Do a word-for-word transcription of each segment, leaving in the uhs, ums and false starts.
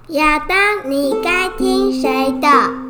亚当，你该听谁的？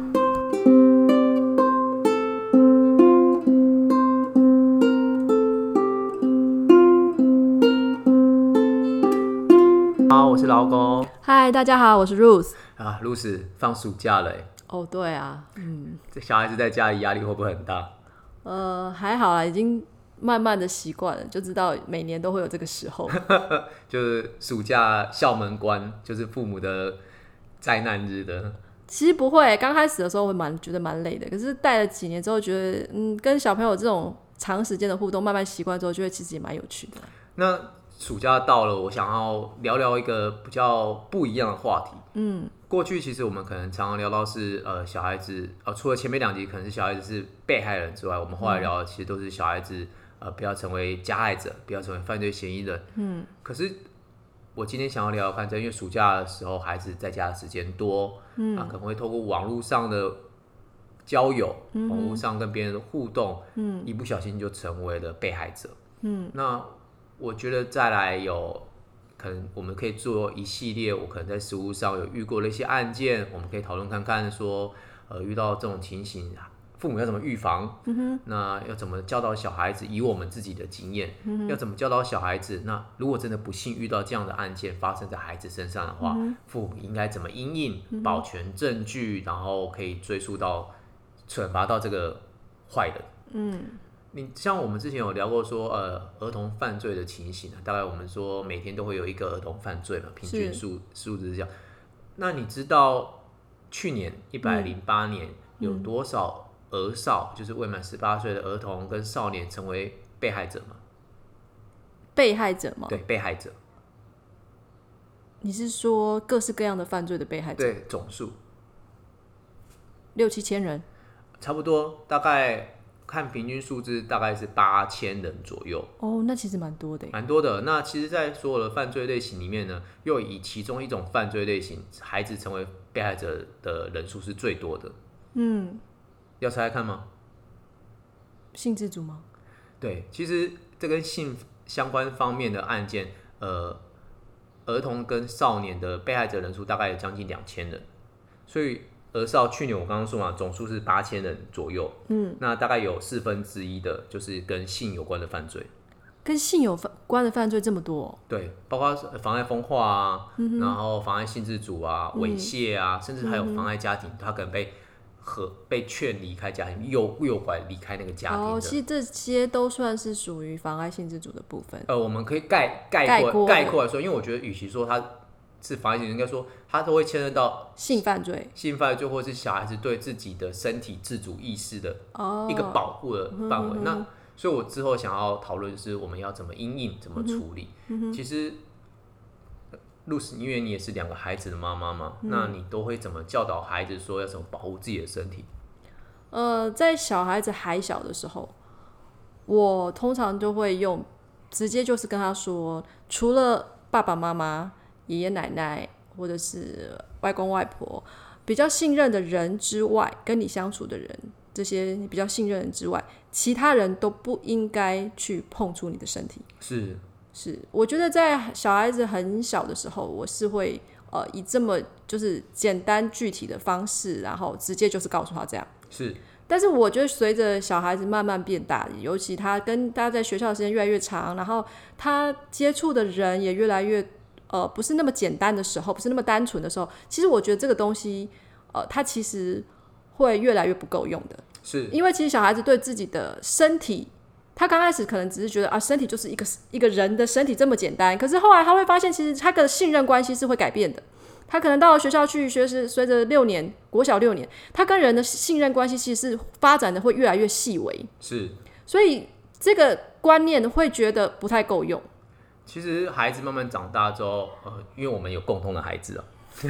好，我是劳工。 嗨，大家好，我是 Ruth。 啊 ，Ruth 放暑假了耶。 哦，对啊，嗯， 这小孩子在家里压力会不会很大？ 呃，还好啦，已经慢慢的习惯了，就知道每年都会有这个时候。 就是暑假校门关，就是父母的灾难日的。 其实不会，刚开始的时候会蛮觉得蛮累的，可是带了几年之后，觉得嗯，跟小朋友这种长时间的互动，慢慢习惯之后，觉得其实也蛮有趣的。 那暑假到了，我想要聊聊一个比较不一样的话题。 嗯， 过去其实我们可能常常聊到是呃小孩子，呃除了前面两集可能是小孩子是被害人之外，我们后来聊的其实都是小孩子呃不要成为加害者，不要成为犯罪嫌疑人。嗯，可是我今天想要聊聊看，因为暑假的时候孩子在家的时间多，嗯啊可能会透过网络上的交友，网络上跟别人的互动，嗯，一不小心就成为了被害者。嗯，那我觉得再来有可能我们可以做一系列，我可能在实务上有遇过的一些案件，我们可以讨论看看说，呃，遇到这种情形，父母要怎么预防？嗯、那要怎么教导小孩子？以我们自己的经验，嗯、要怎么教导小孩子？那如果真的不幸遇到这样的案件发生在孩子身上的话，嗯、父母应该怎么因应、嗯、保全证据，然后可以追溯到惩罚到这个坏人？嗯。你像我们之前有聊过说，呃，儿童犯罪的情形啊，大概我们说每天都会有一个儿童犯罪嘛，平均数数字是这样。那你知道去年一百零八年有多少儿少，嗯、就是未满十八岁的儿童跟少年成为被害者吗？ 被害者吗？ 对，被害者。 你是说各式各样的犯罪的被害者？ 对，总数六七千人， 差不多，大概。看平均数字大概是八千人左右哦，那其实蛮多的， 蛮多的。那其实，在所有的犯罪类型里面呢，又以其中一种犯罪类型，孩子成为被害者的人数是最多的。嗯，要猜猜看吗？ 性自主吗？ 对，其实这跟性相关方面的案件，呃，儿童跟少年的被害者人数大概有将近两千人，所以。儿少去年我刚刚说嘛，总数是八千人左右，嗯，那大概有四分之一的就是跟性有关的犯罪， 跟性有关的犯罪这么多、哦， 对，包括妨碍风化啊，嗯、然后妨碍性自主啊、猥亵啊，嗯、甚至还有妨碍家庭，他可能被和被劝离开家庭，诱诱拐离开那个家庭的。 哦，其实这些都算是属于妨碍性自主的部分。 呃，我们可以概概括概括来说，因为我觉得与其说他。是妨碍性，应该说他都会牵涉到性犯罪、 性犯罪，或是小孩子对自己的身体自主意识的一个保护的范围。哦、那所以，我之后想要讨论是我们要怎么因应，怎么处理。嗯、其实，露丝，因为你也是两个孩子的妈妈嘛，嗯、那你都会怎么教导孩子说要怎么保护自己的身体？ 呃，在小孩子还小的时候，我通常就会用直接就是跟他说，除了爸爸妈妈。爷爷奶奶或者是外公外婆比较信任的人之外，跟你相处的人，这些你比较信任的人之外，其他人都不应该去碰触你的身体。 是是，我觉得在小孩子很小的时候，我是会呃以这么就是简单具体的方式，然后直接就是告诉他这样。 是， 但是我觉得随着小孩子慢慢变大，尤其他跟大家在学校的时间越来越长，然后他接触的人也越来越。呃，不是那么简单的时候，不是那么单纯的时候，其实我觉得这个东西，呃，它其实会越来越不够用的。 是， 因为其实小孩子对自己的身体，他刚开始可能只是觉得啊，身体就是一个一个人的身体这么简单，可是后来他会发现，其实他的信任关系是会改变的。他可能到了学校去学习，随着六年国小六年，他跟人的信任关系其实是发展的会越来越细微。 是， 所以这个观念会觉得不太够用。 其实孩子慢慢长大之后，呃，因为我们有共同的孩子啊，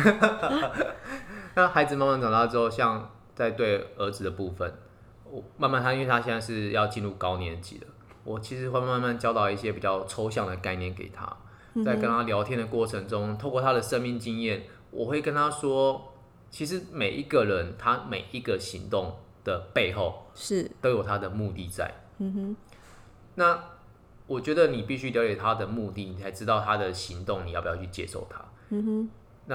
那孩子慢慢长大之后，像在对儿子的部分，我慢慢他因为他现在是要进入高年级了，我其实会慢慢教导一些比较抽象的概念给他，在跟他聊天的过程中，透过他的生命经验，我会跟他说，其实每一个人他每一个行动的背后是都有他的目的在，嗯哼，那。我觉得你必须了解他的目的，你才知道他的行动，你要不要去接受他。嗯哼，那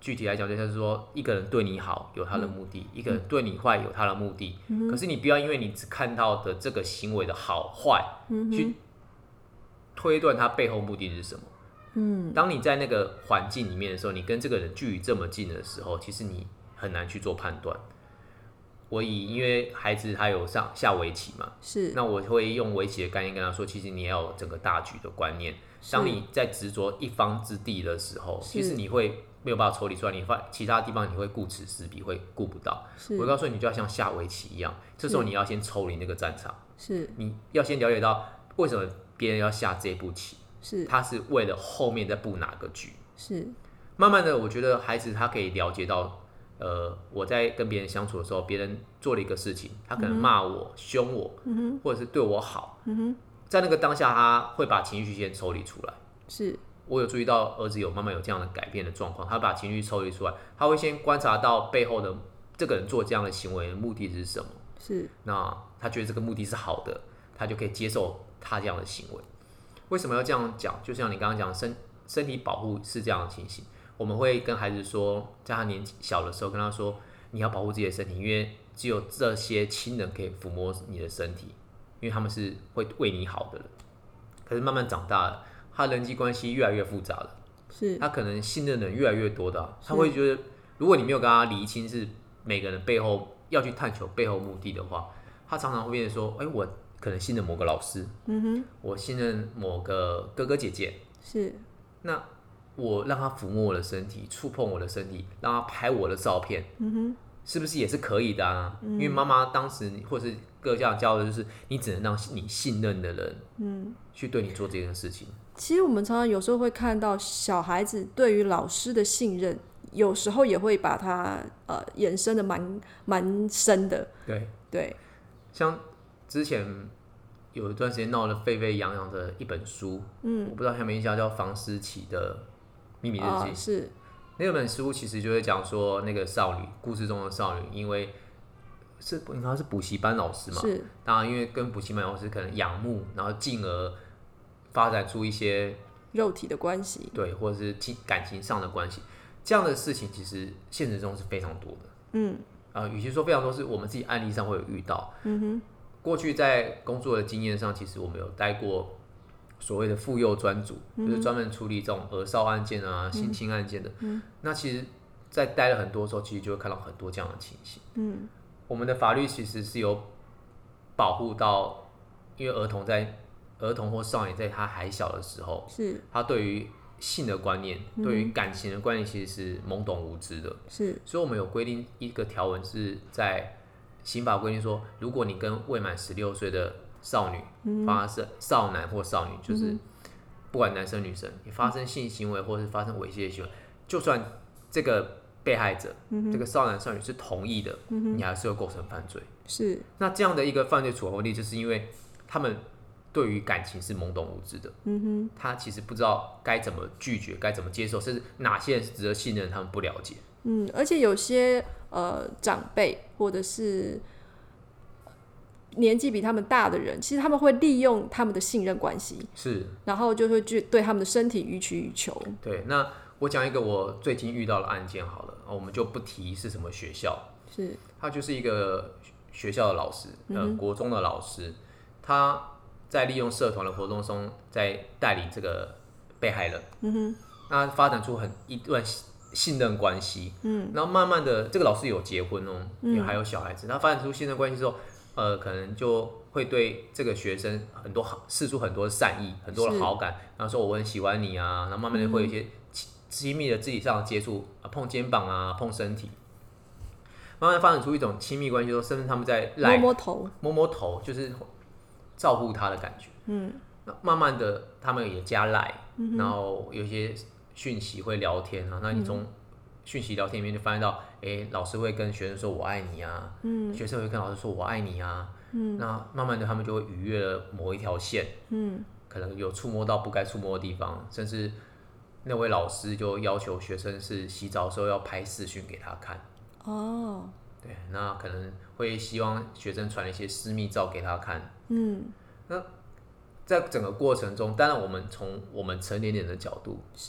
具体来讲，就是说一个人对你好有他的目的，嗯、一个人对你坏有他的目的。嗯、可是你不要因为你只看到的这个行为的好坏，嗯、去推断他背后目的是什么。嗯，当你在那个环境里面的时候，你跟这个人距离这么近的时候，其实你很难去做判断。我以因为孩子他有上下围棋嘛， 是， 那我会用围棋的概念跟他说，其实你要有整个大局的观念。当你在执着一方之地的时候，其实你会没有办法抽离出来，你发其他地方你会顾此失彼，会顾不到。我告诉你，就要像下围棋一样，这时候你要先抽离那个战场， 是， 你要先了解到为什么别人要下这步棋， 是， 他是为了后面再布哪个局。 是， 慢慢的，我觉得孩子他可以了解到。呃，我在跟别人相处的时候，别人做了一个事情，他可能骂我、凶我，嗯、或者是对我好，嗯、在那个当下，他会把情绪先抽离出来。 是， 我有注意到儿子有慢慢有这样的改变的状况，他把情绪抽离出来，他会先观察到背后的这个人做这样的行为的目的是什么。 是， 那他觉得这个目的是好的，他就可以接受他这样的行为。为什么要这样讲？就像你刚刚讲，身身体保护是这样的情形。我们会跟孩子说，在他年纪小的时候，跟他说，你要保护自己的身体，因为只有这些亲人可以抚摸你的身体，因为他们是会为你好的人。可是慢慢长大了，他人际关系越来越复杂了， 是他可能信任的人越来越多的、啊，他会觉得，如果你没有跟他厘清是每个人背后要去探求背后目的的话，他常常会变成说，哎、欸，我可能信任某个老师，嗯哼，我信任某个哥哥姐姐， 是， 那。我让他抚摸我的身体，触碰我的身体，让他拍我的照片，嗯哼，是不是也是可以的啊？嗯、因为妈妈当时或是各家长教的就是，你只能让你信任的人，嗯，去对你做这件事情。 其实我们常常有时候会看到小孩子对于老师的信任，有时候也会把它呃延伸的蛮蛮深的。 对对， 像之前有一段时间闹得沸沸扬扬的一本书，嗯，我不知道还有没有印象，叫房思琪的秘密日记、 哦、是那本书其实就会讲说，那个少女，故事中的少女，因为是应该是补习班老师嘛， 是， 当然因为跟补习班老师可能仰慕，然后进而发展出一些肉体的关系， 对，或者是感情上的关系，这样的事情其实现实中是非常多的，嗯，啊、呃，与其说非常多，是我们自己案例上会有遇到，嗯哼，过去在工作的经验上，其实我们有待过。所谓的妇幼专组，就是专门处理这种儿少案件啊、性侵案件的。嗯、那其实，在待了很多时候，其实就会看到很多这样的情形。嗯，我们的法律其实是有保护到，因为儿童在儿童或少年在他还小的时候， 是他对于性的观念、嗯、对于感情的观念，其实是懵懂无知的。 是， 所以我们有规定一个条文是在刑法规定说，如果你跟未满十六岁的少女发生、嗯、少男或少女，就是不管男生女生，你发生性行为或是发生猥亵行为，就算这个被害者、嗯、这个少男少女是同意的，嗯、你还是会构成犯罪。 是，那这样的一个犯罪处罚例，就是因为他们对于感情是懵懂无知的，嗯哼，他其实不知道该怎么拒绝，该怎么接受，甚至哪些人是值得信任，他们不了解。 嗯，而且有些呃长辈或者是年纪比他们大的人，其实他们会利用他们的信任关系， 是， 然后就会去对他们的身体予取予求。 对，那我讲一个我最近遇到的案件好了，我们就不提是什么学校， 是， 他就是一个学校的老师，呃，嗯、国中的老师，他在利用社团的活动中，在带领这个被害人，嗯哼，那发展出很一段信任关系，嗯，然后慢慢的，这个老师有结婚哦，也还有小孩子，他发展出信任关系之后。呃，可能就会对这个学生很多好，释出很多善意，很多的好感，然后说我很喜欢你啊，然后慢慢的会有一些亲密的肢体上的接触，碰肩膀啊，碰身体，慢慢发展出一种亲密关系，甚至他们在摸摸头， 摸摸头，就是照顾他的感觉。嗯，那慢慢的他们也加赖，嗯、然后有一些讯息会聊天啊，那你从讯息聊天里面就发现到，哎，老师会跟学生说我爱你啊，嗯，学生会跟老师说我爱你啊，嗯，那慢慢的他们就会逾越了某一条线，嗯，可能有触摸到不该触摸的地方，甚至那位老师就要求学生是洗澡的时候要拍视讯给他看，哦，对，那可能会希望学生传一些私密照给他看，嗯，那在整个过程中，当然我们从我们成年人的角度是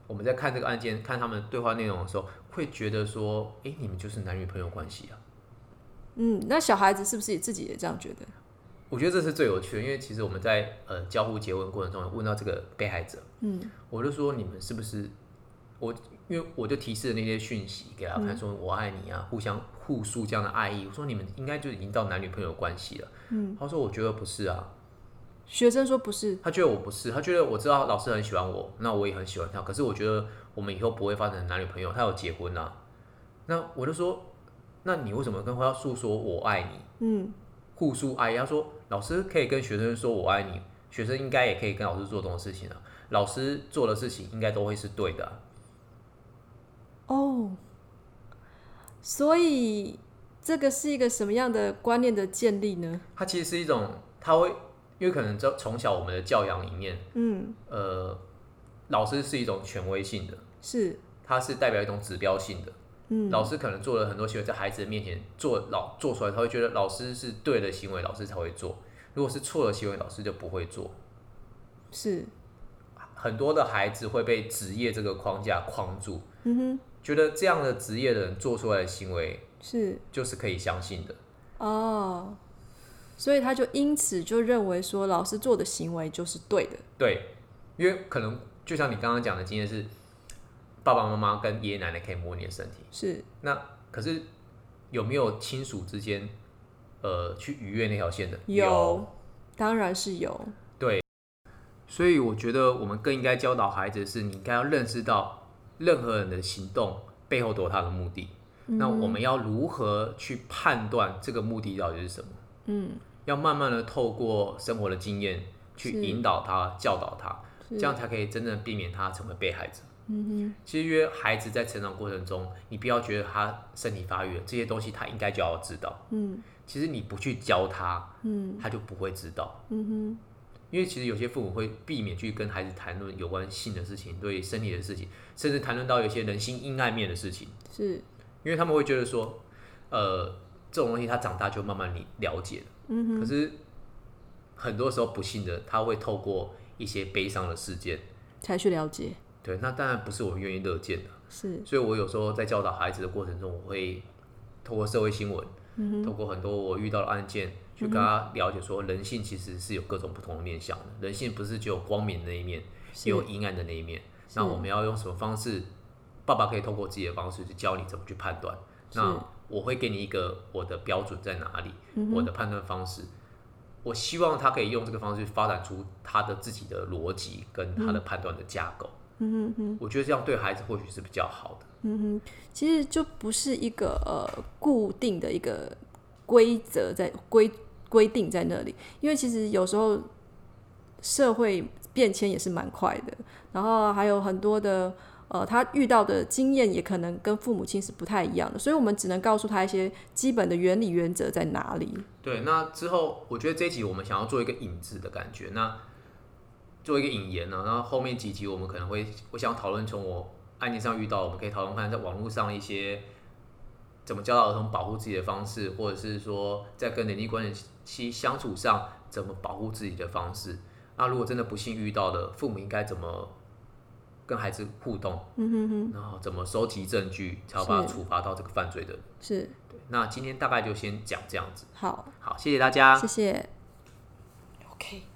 我们在看这个案件、看他们对话内容的时候，会觉得说，哎，你们就是男女朋友关系啊。 嗯，那小孩子是不是自己也这样觉得？ 我觉得这是最有趣的，因为其实我们在呃交互结婚过程中问到这个被害者，嗯，我就说你们是不是我，因为我就提示了那些讯息给他看，说我爱你啊，互相互诉这样的爱意。我说你们应该就已经到男女朋友关系了，嗯，他说我觉得不是啊。 学生说不是， 他觉得我不是，他觉得我知道老师很喜欢我，那我也很喜欢他，可是我觉得我们以后不会发展男女朋友。他有结婚啊，那我就说，那你为什么跟他诉说我爱你？嗯，互诉爱意。他说老师可以跟学生说我爱你，学生应该也可以跟老师做这种事情啊。老师做的事情应该都会是对的、啊。 哦，所以这个是一个什么样的观念的建立呢？ 它其实是一种，他会。因为可能从小我们的教养里面，嗯，呃，老师是一种权威性的， 是， 它是代表一种指标性的，嗯，老师可能做了很多行为，在孩子的面前做老做出来，他会觉得老师是对的行为，老师才会做；如果是错的行为，老师就不会做。 是， 很多的孩子会被职业这个框架框住，嗯哼，觉得这样的职业的人做出来的行为是就是可以相信的， 哦。所以他就因此就认为说老师做的行为就是对的。 对，因为可能就像你刚刚讲的经验是，爸爸妈妈跟爷爷奶奶可以摸你的身体， 是。 那可是有没有亲属之间，呃，去逾越那条线的？ 有，有当然是有。 对，所以我觉得我们更应该教导孩子的是，你应该要认识到任何人的行动背后都有他的目的。嗯、那我们要如何去判断这个目的到底是什么？嗯，要慢慢的透过生活的经验去引导他、教导他，这样才可以真正避免他成为被害者。嗯哼，其实因为孩子在成长过程中，你不要觉得他身体发育了，这些东西他应该就要知道。嗯，其实你不去教他，嗯，他就不会知道。嗯哼，因为其实有些父母会避免去跟孩子谈论有关性的事情、对身体的事情，甚至谈论到有些人性阴暗面的事情， 是因为他们会觉得说，呃。这种东西他长大就慢慢了解了，嗯、可是很多时候不幸的他会透过一些悲伤的事件才去了解。 对，那当然不是我愿意乐见的， 是。 所以我有时候在教导孩子的过程中，我会透过社会新闻，嗯、透过很多我遇到的案件，去跟他了解说，人性其实是有各种不同的面向的，人性不是只有光明的那一面，也有阴暗的那一面。那我们要用什么方式？爸爸可以透过自己的方式去教你怎么去判断。那我会给你一个我的标准在哪里，嗯、我的判断方式。我希望他可以用这个方式发展出他的自己的逻辑跟他的判断的架构。嗯哼哼，我觉得这样对孩子或许是比较好的。 嗯哼，其实就不是一个呃固定的一个规则在规规定在那里，因为其实有时候社会变迁也是蛮快的，然后还有很多的。呃，他遇到的经验也可能跟父母亲是不太一样的，所以我们只能告诉他一些基本的原理原则在哪里。 对，那之后我觉得这一集我们想要做一个引子的感觉，那做一个引言呢，然后后面几集我们可能会，我想讨论从我案件上遇到，我们可以讨论看在网络上一些怎么教导儿童保护自己的方式，或者是说在跟人际关系相处上怎么保护自己的方式。那如果真的不幸遇到的，父母应该怎么跟孩子互动，嗯哼哼，然后怎么收集证据，才要把他处罚到这个犯罪的人。 是， 对。那今天大概就先讲这样子。 好， 好，谢谢大家， 谢谢。OK。